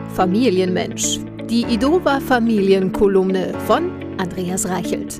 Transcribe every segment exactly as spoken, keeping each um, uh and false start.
Familienmensch. Die Idova Familienkolumne von Andreas Reichelt.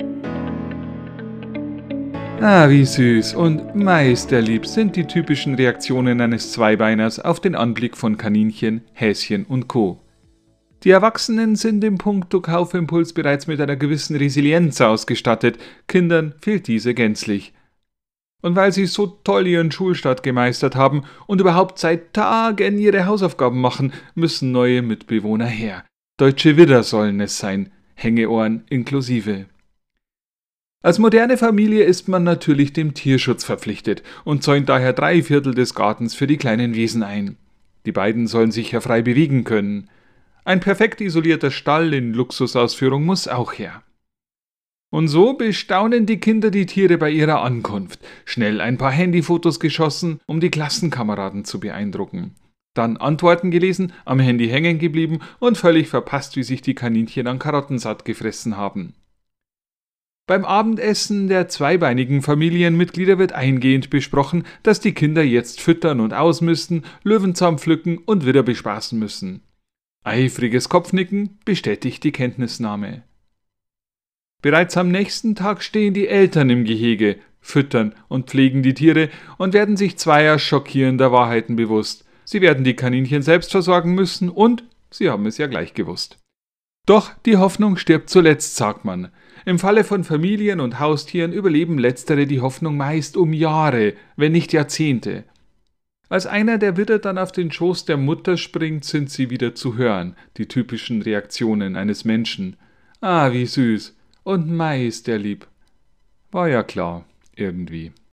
Ah, wie süß und meisterlieb sind die typischen Reaktionen eines Zweibeiners auf den Anblick von Kaninchen, Häschen und Co. Die Erwachsenen sind im Punkto Kaufimpuls bereits mit einer gewissen Resilienz ausgestattet, Kindern fehlt diese gänzlich. Und weil sie so toll ihren Schulstart gemeistert haben und überhaupt seit Tagen ihre Hausaufgaben machen, müssen neue Mitbewohner her. Deutsche Widder sollen es sein, Hängeohren inklusive. Als moderne Familie ist man natürlich dem Tierschutz verpflichtet und zäunt daher drei Viertel des Gartens für die kleinen Wesen ein. Die beiden sollen sich ja frei bewegen können. Ein perfekt isolierter Stall in Luxusausführung muss auch her. Und so bestaunen die Kinder die Tiere bei ihrer Ankunft. Schnell ein paar Handyfotos geschossen, um die Klassenkameraden zu beeindrucken. Dann Antworten gelesen, am Handy hängen geblieben und völlig verpasst, wie sich die Kaninchen an Karotten satt gefressen haben. Beim Abendessen der zweibeinigen Familienmitglieder wird eingehend besprochen, dass die Kinder jetzt füttern und ausmisten, Löwenzahn pflücken und Widder bespaßen müssen. Eifriges Kopfnicken bestätigt die Kenntnisnahme. Bereits am nächsten Tag stehen die Eltern im Gehege, füttern und pflegen die Tiere und werden sich zweier schockierender Wahrheiten bewusst. Sie werden die Kaninchen selbst versorgen müssen und sie haben es ja gleich gewusst. Doch die Hoffnung stirbt zuletzt, sagt man. Im Falle von Familien und Haustieren überleben letztere die Hoffnung meist um Jahre, wenn nicht Jahrzehnte. Als einer der Widder dann auf den Schoß der Mutter springt, sind sie wieder zu hören, die typischen Reaktionen eines Menschen. Ah, wie süß und meisterlieb. War ja klar, irgendwie.